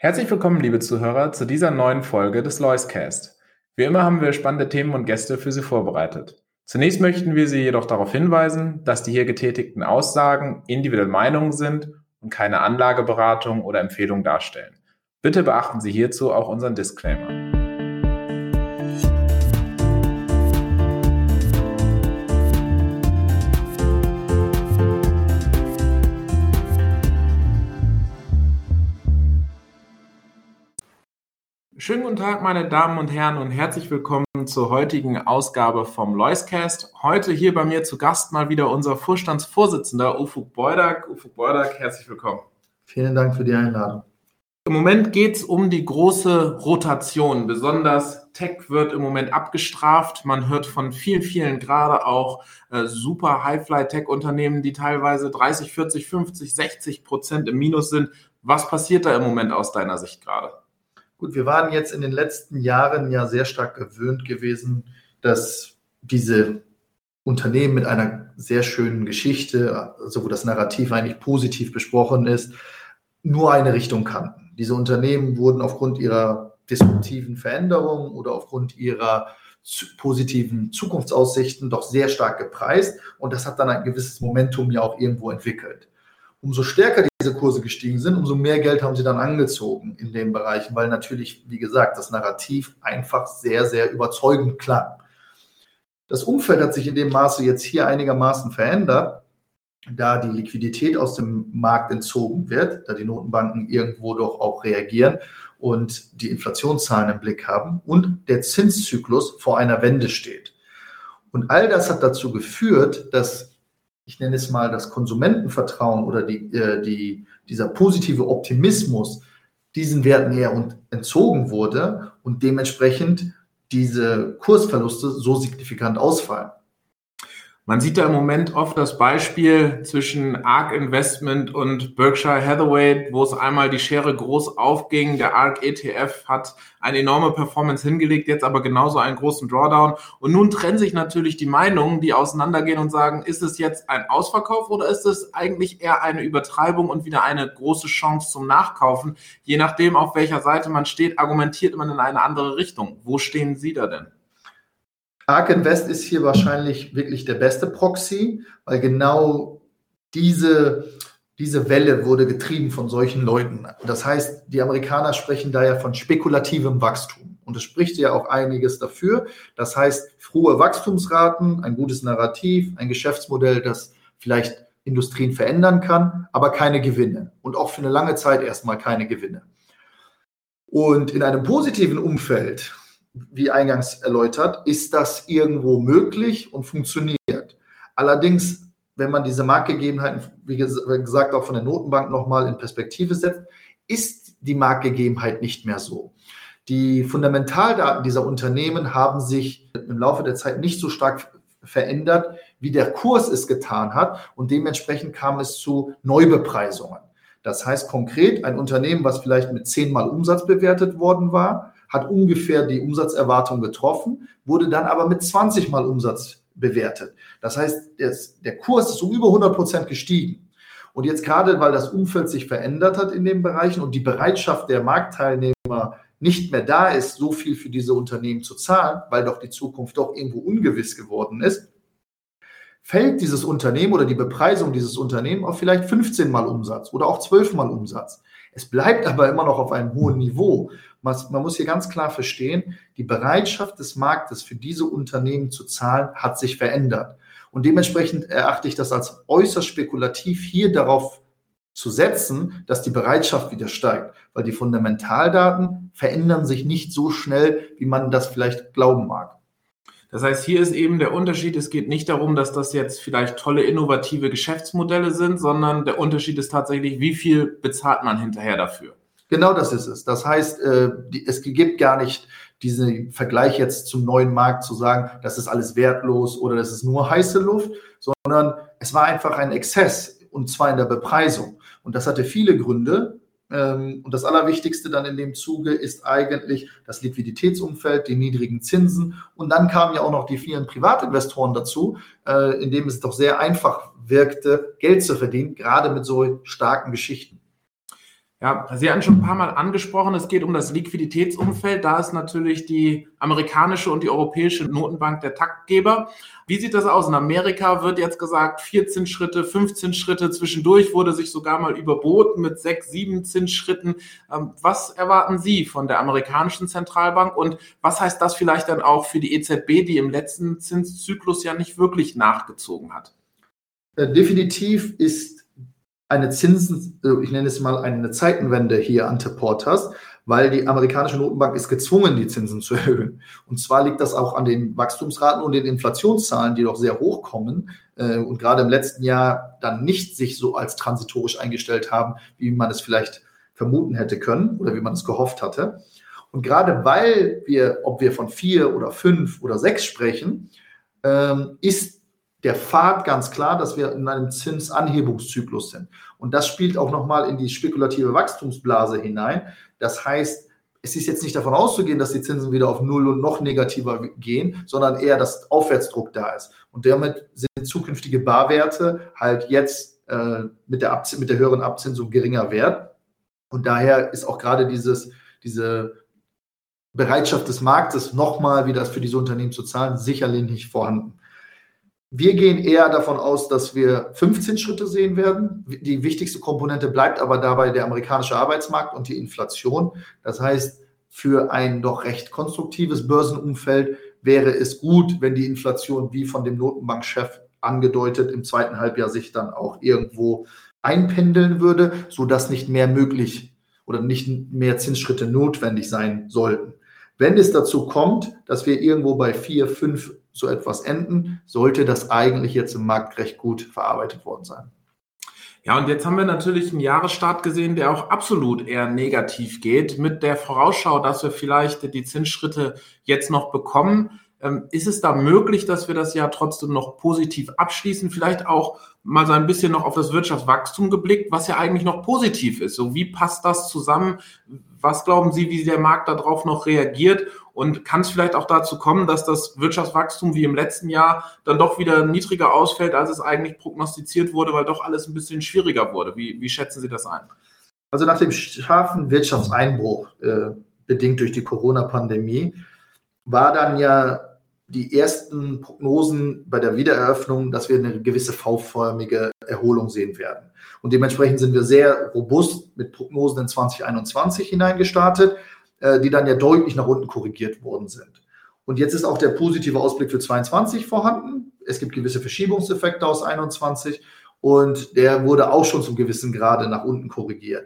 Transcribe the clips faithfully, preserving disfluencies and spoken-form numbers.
Herzlich willkommen, liebe Zuhörer, zu dieser neuen Folge des Loiscast. Wie immer haben wir spannende Themen und Gäste für Sie vorbereitet. Zunächst möchten wir Sie jedoch darauf hinweisen, dass die hier getätigten Aussagen individuelle Meinungen sind und keine Anlageberatung oder Empfehlung darstellen. Bitte beachten Sie hierzu auch unseren Disclaimer. Schönen guten Tag, meine Damen und Herren, und herzlich willkommen zur heutigen Ausgabe vom Loiscast. Heute hier bei mir zu Gast mal wieder unser Vorstandsvorsitzender Ufuk Boydak. Ufuk Boydak, herzlich willkommen. Vielen Dank für die Einladung. Im Moment geht es um die große Rotation. Besonders Tech wird im Moment abgestraft. Man hört von vielen, vielen, gerade auch äh, super High-Fly-Tech-Unternehmen, die teilweise dreißig, vierzig, fünfzig, sechzig Prozent im Minus sind. Was passiert da im Moment aus deiner Sicht gerade? Gut, wir waren jetzt in den letzten Jahren ja sehr stark gewöhnt gewesen, dass diese Unternehmen mit einer sehr schönen Geschichte, also wo das Narrativ eigentlich positiv besprochen ist, nur eine Richtung kannten. Diese Unternehmen wurden aufgrund ihrer disruptiven Veränderungen oder aufgrund ihrer positiven Zukunftsaussichten doch sehr stark gepreist, und das hat dann ein gewisses Momentum ja auch irgendwo entwickelt. Umso stärker diese Kurse gestiegen sind, umso mehr Geld haben sie dann angezogen in den Bereichen, weil natürlich, wie gesagt, das Narrativ einfach sehr, sehr überzeugend klang. Das Umfeld hat sich in dem Maße jetzt hier einigermaßen verändert, da die Liquidität aus dem Markt entzogen wird, da die Notenbanken irgendwo doch auch reagieren und die Inflationszahlen im Blick haben und der Zinszyklus vor einer Wende steht. Und all das hat dazu geführt, dass, ich nenne es mal, das Konsumentenvertrauen oder die, äh, die, dieser positive Optimismus diesen Werten eher entzogen wurde und dementsprechend diese Kursverluste so signifikant ausfallen. Man sieht da im Moment oft das Beispiel zwischen ARK Investment und Berkshire Hathaway, wo es einmal die Schere groß aufging. Der ARK E T F hat eine enorme Performance hingelegt, jetzt aber genauso einen großen Drawdown. Und nun trennen sich natürlich die Meinungen, die auseinandergehen und sagen, ist es jetzt ein Ausverkauf oder ist es eigentlich eher eine Übertreibung und wieder eine große Chance zum Nachkaufen? Je nachdem, auf welcher Seite man steht, argumentiert man in eine andere Richtung. Wo stehen Sie da denn? ARK Invest ist hier wahrscheinlich wirklich der beste Proxy, weil genau diese, diese Welle wurde getrieben von solchen Leuten. Das heißt, die Amerikaner sprechen da ja von spekulativem Wachstum. Und es spricht ja auch einiges dafür. Das heißt, hohe Wachstumsraten, ein gutes Narrativ, ein Geschäftsmodell, das vielleicht Industrien verändern kann, aber keine Gewinne. Und auch für eine lange Zeit erstmal keine Gewinne. Und in einem positiven Umfeld, wie eingangs erläutert, ist das irgendwo möglich und funktioniert. Allerdings, wenn man diese Marktgegebenheiten, wie gesagt, auch von der Notenbank nochmal in Perspektive setzt, ist die Marktgegebenheit nicht mehr so. Die Fundamentaldaten dieser Unternehmen haben sich im Laufe der Zeit nicht so stark verändert, wie der Kurs es getan hat, und dementsprechend kam es zu Neubepreisungen. Das heißt konkret, ein Unternehmen, was vielleicht mit zehnmal Umsatz bewertet worden war, hat ungefähr die Umsatzerwartung getroffen, wurde dann aber mit zwanzig Mal Umsatz bewertet. Das heißt, der Kurs ist um über hundert Prozent gestiegen. Und jetzt gerade, weil das Umfeld sich verändert hat in den Bereichen und die Bereitschaft der Marktteilnehmer nicht mehr da ist, so viel für diese Unternehmen zu zahlen, weil doch die Zukunft doch irgendwo ungewiss geworden ist, fällt dieses Unternehmen oder die Bepreisung dieses Unternehmens auf vielleicht fünfzehn Mal Umsatz oder auch zwölf Mal Umsatz. Es bleibt aber immer noch auf einem hohen Niveau. Man muss hier ganz klar verstehen, die Bereitschaft des Marktes für diese Unternehmen zu zahlen hat sich verändert. Und dementsprechend erachte ich das als äußerst spekulativ, hier darauf zu setzen, dass die Bereitschaft wieder steigt. Weil die Fundamentaldaten verändern sich nicht so schnell, wie man das vielleicht glauben mag. Das heißt, hier ist eben der Unterschied, es geht nicht darum, dass das jetzt vielleicht tolle, innovative Geschäftsmodelle sind, sondern der Unterschied ist tatsächlich, wie viel bezahlt man hinterher dafür. Genau das ist es. Das heißt, es gibt gar nicht diesen Vergleich jetzt zum neuen Markt zu sagen, das ist alles wertlos oder das ist nur heiße Luft, sondern es war einfach ein Exzess, und zwar in der Bepreisung. Und das hatte viele Gründe. Und das Allerwichtigste dann in dem Zuge ist eigentlich das Liquiditätsumfeld, die niedrigen Zinsen. Und dann kamen ja auch noch die vielen Privatinvestoren dazu, in dem es doch sehr einfach wirkte, Geld zu verdienen, gerade mit so starken Geschichten. Ja, Sie hatten schon ein paar Mal angesprochen, es geht um das Liquiditätsumfeld. Da ist natürlich die amerikanische und die europäische Notenbank der Taktgeber. Wie sieht das aus? In Amerika wird jetzt gesagt, vierzehn Schritte, fünfzehn Schritte. Zwischendurch wurde sich sogar mal überboten mit sechs, sieben Zinsschritten. Was erwarten Sie von der amerikanischen Zentralbank und was heißt das vielleicht dann auch für die E Z B, die im letzten Zinszyklus ja nicht wirklich nachgezogen hat? Definitiv ist eine Zinsen, ich nenne es mal eine Zeitenwende hier ante Portas, weil die amerikanische Notenbank ist gezwungen, die Zinsen zu erhöhen. Und zwar liegt das auch an den Wachstumsraten und den Inflationszahlen, die doch sehr hoch kommen äh, und gerade im letzten Jahr dann nicht sich so als transitorisch eingestellt haben, wie man es vielleicht vermuten hätte können oder wie man es gehofft hatte. Und gerade weil wir, ob wir von vier oder fünf oder sechs sprechen, ähm, ist der Pfad ganz klar, dass wir in einem Zinsanhebungszyklus sind. Und das spielt auch nochmal in die spekulative Wachstumsblase hinein. Das heißt, es ist jetzt nicht davon auszugehen, dass die Zinsen wieder auf Null und noch negativer gehen, sondern eher, dass Aufwärtsdruck da ist. Und damit sind zukünftige Barwerte halt jetzt äh, mit der Abz- mit der höheren Abzinsung geringer wert. Und daher ist auch gerade dieses, diese Bereitschaft des Marktes, nochmal wieder für diese Unternehmen zu zahlen, sicherlich nicht vorhanden. Wir gehen eher davon aus, dass wir fünfzehn Schritte sehen werden. Die wichtigste Komponente bleibt aber dabei der amerikanische Arbeitsmarkt und die Inflation. Das heißt, für ein doch recht konstruktives Börsenumfeld wäre es gut, wenn die Inflation, wie von dem Notenbankchef angedeutet, im zweiten Halbjahr sich dann auch irgendwo einpendeln würde, sodass nicht mehr möglich oder nicht mehr Zinsschritte notwendig sein sollten. Wenn es dazu kommt, dass wir irgendwo bei vier, fünf so etwas enden, sollte das eigentlich jetzt im Markt recht gut verarbeitet worden sein. Ja, und jetzt haben wir natürlich einen Jahresstart gesehen, der auch absolut eher negativ geht, mit der Vorausschau, dass wir vielleicht die Zinsschritte jetzt noch bekommen. Ähm, ist es da möglich, dass wir das Jahr trotzdem noch positiv abschließen? Vielleicht auch mal so ein bisschen noch auf das Wirtschaftswachstum geblickt, was ja eigentlich noch positiv ist. So, wie passt das zusammen? Was glauben Sie, wie der Markt darauf noch reagiert? Und kann es vielleicht auch dazu kommen, dass das Wirtschaftswachstum wie im letzten Jahr dann doch wieder niedriger ausfällt, als es eigentlich prognostiziert wurde, weil doch alles ein bisschen schwieriger wurde? Wie, wie schätzen Sie das ein? Also nach dem scharfen Wirtschaftseinbruch, äh, bedingt durch die Corona-Pandemie, war dann ja die ersten Prognosen bei der Wiedereröffnung, dass wir eine gewisse V-förmige Erholung sehen werden. Und dementsprechend sind wir sehr robust mit Prognosen in zwanzig einundzwanzig hineingestartet, die dann ja deutlich nach unten korrigiert worden sind. Und jetzt ist auch der positive Ausblick für zweiundzwanzig vorhanden. Es gibt gewisse Verschiebungseffekte aus einundzwanzig und der wurde auch schon zum gewissen Grade nach unten korrigiert.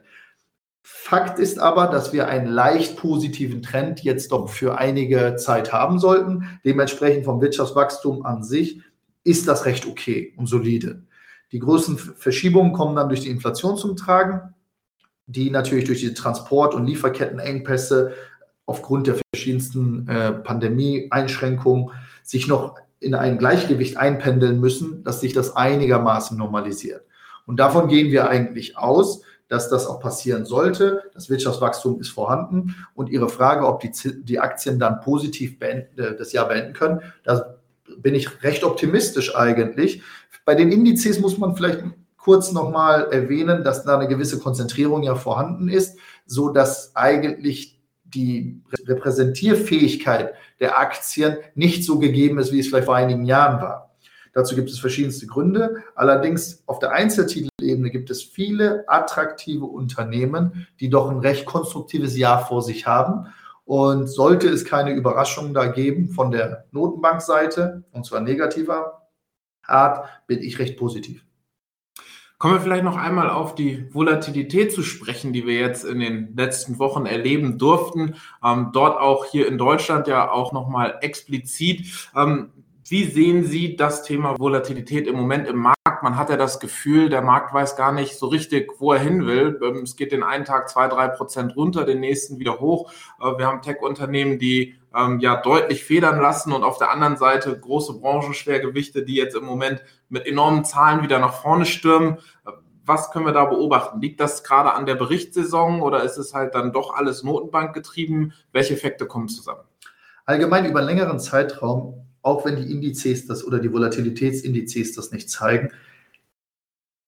Fakt ist aber, dass wir einen leicht positiven Trend jetzt doch für einige Zeit haben sollten. Dementsprechend vom Wirtschaftswachstum an sich ist das recht okay und solide. Die größten Verschiebungen kommen dann durch die Inflation zum Tragen, die natürlich durch die Transport- und Lieferkettenengpässe aufgrund der verschiedensten äh, Pandemie-Einschränkungen sich noch in ein Gleichgewicht einpendeln müssen, dass sich das einigermaßen normalisiert. Und davon gehen wir eigentlich aus, dass das auch passieren sollte. Das Wirtschaftswachstum ist vorhanden und Ihre Frage, ob die, die Aktien dann positiv beenden, äh, das Jahr beenden können, da bin ich recht optimistisch eigentlich. Bei den Indizes muss man vielleicht kurz nochmal erwähnen, dass da eine gewisse Konzentrierung ja vorhanden ist, so dass eigentlich die Repräsentierfähigkeit der Aktien nicht so gegeben ist, wie es vielleicht vor einigen Jahren war. Dazu gibt es verschiedenste Gründe. Allerdings auf der Einzeltitelebene gibt es viele attraktive Unternehmen, die doch ein recht konstruktives Jahr vor sich haben. Und sollte es keine Überraschungen da geben von der Notenbankseite, und zwar negativer Art, bin ich recht positiv. Kommen wir vielleicht noch einmal auf die Volatilität zu sprechen, die wir jetzt in den letzten Wochen erleben durften. Ähm, dort auch hier in Deutschland ja auch nochmal explizit. Ähm, wie sehen Sie das Thema Volatilität im Moment im Markt? Man hat ja das Gefühl, der Markt weiß gar nicht so richtig, wo er hin will. Ähm, es geht den einen Tag zwei, drei Prozent runter, den nächsten wieder hoch. Äh, wir haben Tech-Unternehmen, die ähm, ja deutlich federn lassen und auf der anderen Seite große Branchenschwergewichte, die jetzt im Moment mit enormen Zahlen wieder nach vorne stürmen. Was können wir da beobachten? Liegt das gerade an der Berichtssaison oder ist es halt dann doch alles notenbankgetrieben? Welche Effekte kommen zusammen? Allgemein über einen längeren Zeitraum, auch wenn die Indizes das oder die Volatilitätsindizes das nicht zeigen,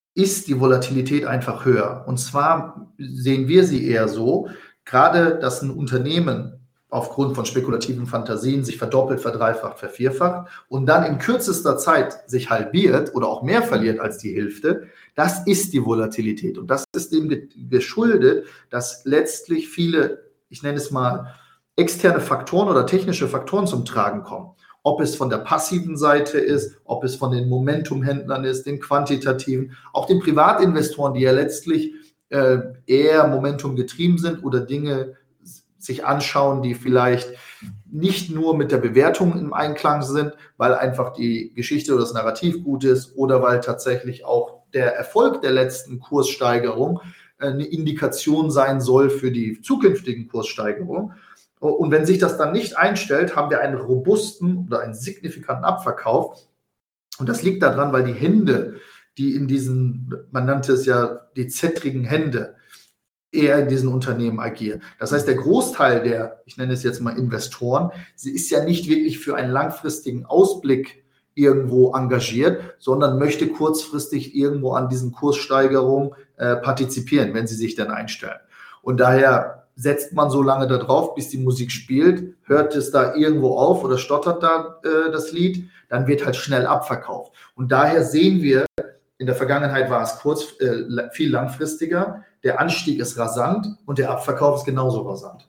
ist die Volatilität einfach höher. Und zwar sehen wir sie eher so, gerade dass ein Unternehmen aufgrund von spekulativen Fantasien sich verdoppelt, verdreifacht, vervierfacht und dann in kürzester Zeit sich halbiert oder auch mehr verliert als die Hälfte, das ist die Volatilität. Und das ist dem geschuldet, dass letztlich viele, ich nenne es mal, externe Faktoren oder technische Faktoren zum Tragen kommen. Ob es von der passiven Seite ist, ob es von den Momentumhändlern ist, den quantitativen, auch den Privatinvestoren, die ja letztlich äh, eher Momentum getrieben sind oder Dinge sich anschauen, die vielleicht nicht nur mit der Bewertung im Einklang sind, weil einfach die Geschichte oder das Narrativ gut ist oder weil tatsächlich auch der Erfolg der letzten Kurssteigerung eine Indikation sein soll für die zukünftigen Kurssteigerungen. Und wenn sich das dann nicht einstellt, haben wir einen robusten oder einen signifikanten Abverkauf. Und das liegt daran, weil die Hände, die in diesen, man nannte es ja die zittrigen Hände, eher in diesen Unternehmen agieren. Das heißt, der Großteil der, ich nenne es jetzt mal Investoren, sie ist ja nicht wirklich für einen langfristigen Ausblick irgendwo engagiert, sondern möchte kurzfristig irgendwo an diesen Kurssteigerungen äh, partizipieren, wenn sie sich dann einstellen. Und daher setzt man so lange da drauf, bis die Musik spielt, hört es da irgendwo auf oder stottert da äh, das Lied, dann wird halt schnell abverkauft. Und daher sehen wir, in der Vergangenheit war es kurz, äh, viel langfristiger, der Anstieg ist rasant und der Abverkauf ist genauso rasant.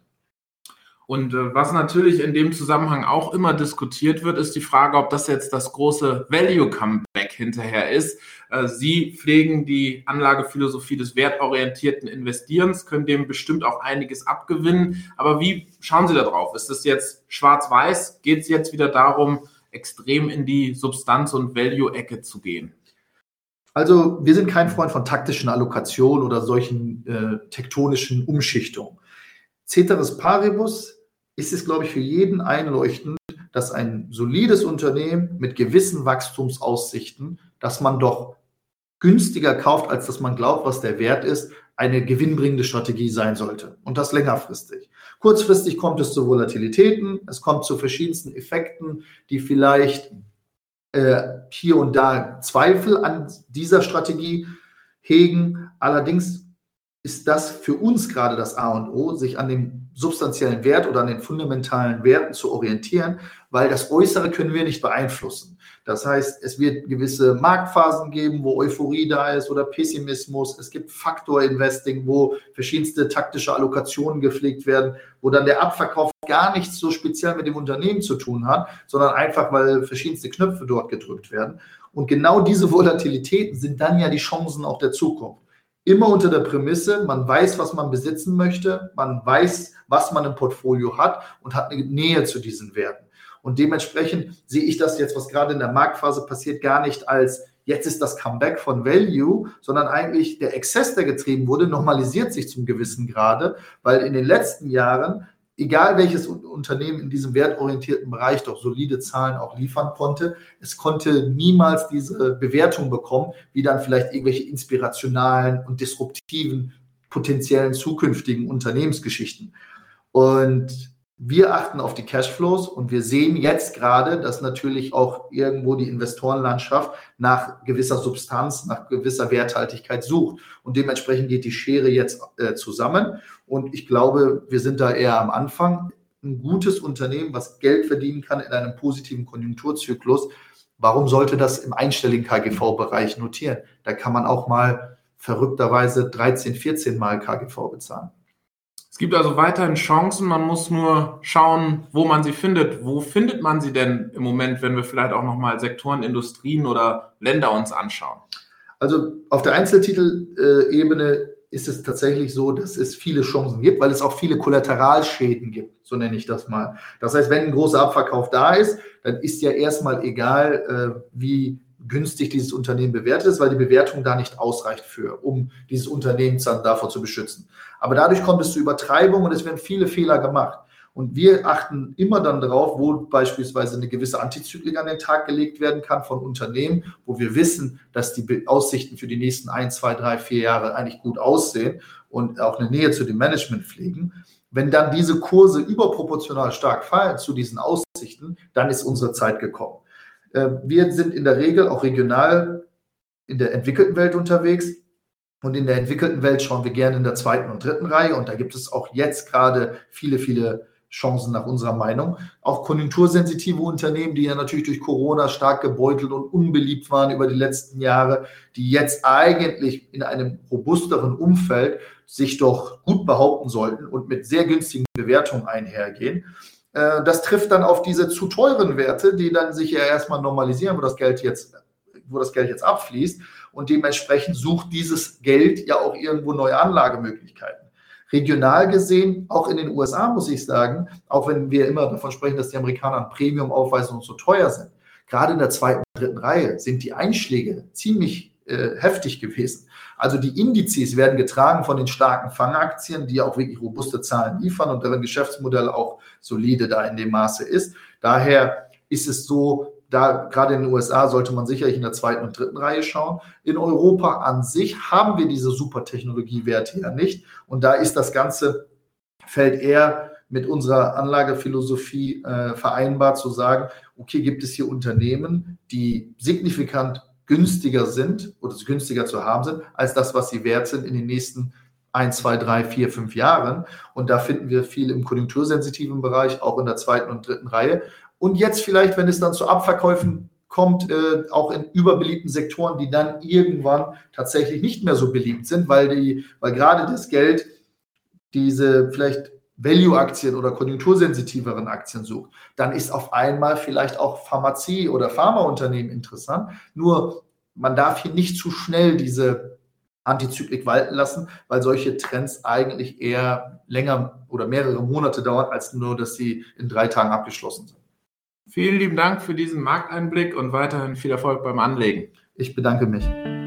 Und äh, was natürlich in dem Zusammenhang auch immer diskutiert wird, ist die Frage, ob das jetzt das große Value-Comeback hinterher ist. Äh, Sie pflegen die Anlagephilosophie des wertorientierten Investierens, können dem bestimmt auch einiges abgewinnen. Aber wie schauen Sie da drauf? Ist das jetzt schwarz-weiß? Geht es jetzt wieder darum, extrem in die Substanz- und Value-Ecke zu gehen? Also wir sind kein Freund von taktischen Allokationen oder solchen äh, tektonischen Umschichtungen. Ceteris paribus ist es, glaube ich, für jeden einleuchtend, dass ein solides Unternehmen mit gewissen Wachstumsaussichten, dass man doch günstiger kauft, als dass man glaubt, was der Wert ist, eine gewinnbringende Strategie sein sollte. Und das längerfristig. Kurzfristig kommt es zu Volatilitäten, es kommt zu verschiedensten Effekten, die vielleicht äh, hier und da Zweifel an dieser Strategie hegen. Allerdings ist das für uns gerade das A und O, sich an dem substanziellen Wert oder an den fundamentalen Werten zu orientieren, weil das Äußere können wir nicht beeinflussen. Das heißt, es wird gewisse Marktphasen geben, wo Euphorie da ist oder Pessimismus. Es gibt Faktor-Investing, wo verschiedenste taktische Allokationen gepflegt werden, wo dann der Abverkauf gar nichts so speziell mit dem Unternehmen zu tun hat, sondern einfach, weil verschiedenste Knöpfe dort gedrückt werden. Und genau diese Volatilitäten sind dann ja die Chancen auch der Zukunft. Immer unter der Prämisse, man weiß, was man besitzen möchte, man weiß, was man im Portfolio hat und hat eine Nähe zu diesen Werten. Und dementsprechend sehe ich das jetzt, was gerade in der Marktphase passiert, gar nicht als jetzt ist das Comeback von Value, sondern eigentlich der Exzess, der getrieben wurde, normalisiert sich zum gewissen Grade, weil in den letzten Jahren, egal welches Unternehmen in diesem wertorientierten Bereich doch solide Zahlen auch liefern konnte, es konnte niemals diese Bewertung bekommen, wie dann vielleicht irgendwelche inspirationalen und disruptiven, potenziellen zukünftigen Unternehmensgeschichten. Und wir achten auf die Cashflows und wir sehen jetzt gerade, dass natürlich auch irgendwo die Investorenlandschaft nach gewisser Substanz, nach gewisser Werthaltigkeit sucht. Und dementsprechend geht die Schere jetzt äh, zusammen. Und ich glaube, wir sind da eher am Anfang. Ein gutes Unternehmen, was Geld verdienen kann in einem positiven Konjunkturzyklus, warum sollte das im einstelligen K G V-Bereich notieren? Da kann man auch mal verrückterweise dreizehn, vierzehn Mal K G V bezahlen. Es gibt also weiterhin Chancen, man muss nur schauen, wo man sie findet. Wo findet man sie denn im Moment, wenn wir vielleicht auch nochmal Sektoren, Industrien oder Länder uns anschauen? Also auf der Einzeltitelebene ist es tatsächlich so, dass es viele Chancen gibt, weil es auch viele Kollateralschäden gibt, so nenne ich das mal. Das heißt, wenn ein großer Abverkauf da ist, dann ist ja erstmal egal, wie günstig dieses Unternehmen bewertet ist, weil die Bewertung da nicht ausreicht für, um dieses Unternehmen dann davor zu beschützen. Aber dadurch kommt es zu Übertreibung und es werden viele Fehler gemacht. Und wir achten immer dann darauf, wo beispielsweise eine gewisse Antizyklik an den Tag gelegt werden kann von Unternehmen, wo wir wissen, dass die Aussichten für die nächsten ein, zwei, drei, vier Jahre eigentlich gut aussehen und auch eine Nähe zu dem Management pflegen. Wenn dann diese Kurse überproportional stark fallen zu diesen Aussichten, dann ist unsere Zeit gekommen. Wir sind in der Regel auch regional in der entwickelten Welt unterwegs. Und in der entwickelten Welt schauen wir gerne in der zweiten und dritten Reihe. Und da gibt es auch jetzt gerade viele, viele Chancen nach unserer Meinung. Auch konjunktursensitive Unternehmen, die ja natürlich durch Corona stark gebeutelt und unbeliebt waren über die letzten Jahre, die jetzt eigentlich in einem robusteren Umfeld sich doch gut behaupten sollten und mit sehr günstigen Bewertungen einhergehen. Das trifft dann auf diese zu teuren Werte, die dann sich ja erstmal normalisieren, wo das Geld jetzt, wo das Geld jetzt abfließt. Und dementsprechend sucht dieses Geld ja auch irgendwo neue Anlagemöglichkeiten. Regional gesehen, auch in den U S A muss ich sagen, auch wenn wir immer davon sprechen, dass die Amerikaner ein Premium aufweisen und so teuer sind, gerade in der zweiten und dritten Reihe sind die Einschläge ziemlich äh, heftig gewesen. Also die Indizes werden getragen von den starken Fangaktien, die auch wirklich robuste Zahlen liefern und deren Geschäftsmodell auch solide da in dem Maße ist. Daher ist es so, da gerade in den U S A sollte man sicherlich in der zweiten und dritten Reihe schauen. In Europa an sich haben wir diese Supertechnologiewerte ja nicht. Und da ist das ganze Feld eher mit unserer Anlagephilosophie äh, vereinbar zu sagen, okay, gibt es hier Unternehmen, die signifikant günstiger sind oder günstiger zu haben sind, als das, was sie wert sind in den nächsten ein, zwei, drei, vier, fünf Jahren. Und da finden wir viel im konjunktursensitiven Bereich, auch in der zweiten und dritten Reihe. Und jetzt vielleicht, wenn es dann zu Abverkäufen kommt, äh, auch in überbeliebten Sektoren, die dann irgendwann tatsächlich nicht mehr so beliebt sind, weil, die, weil gerade das Geld diese vielleicht Value-Aktien oder konjunktursensitiveren Aktien sucht, dann ist auf einmal vielleicht auch Pharmazie- oder Pharmaunternehmen interessant. Nur man darf hier nicht zu schnell diese Antizyklik walten lassen, weil solche Trends eigentlich eher länger oder mehrere Monate dauern, als nur, dass sie in drei Tagen abgeschlossen sind. Vielen lieben Dank für diesen Markteinblick und weiterhin viel Erfolg beim Anlegen. Ich bedanke mich.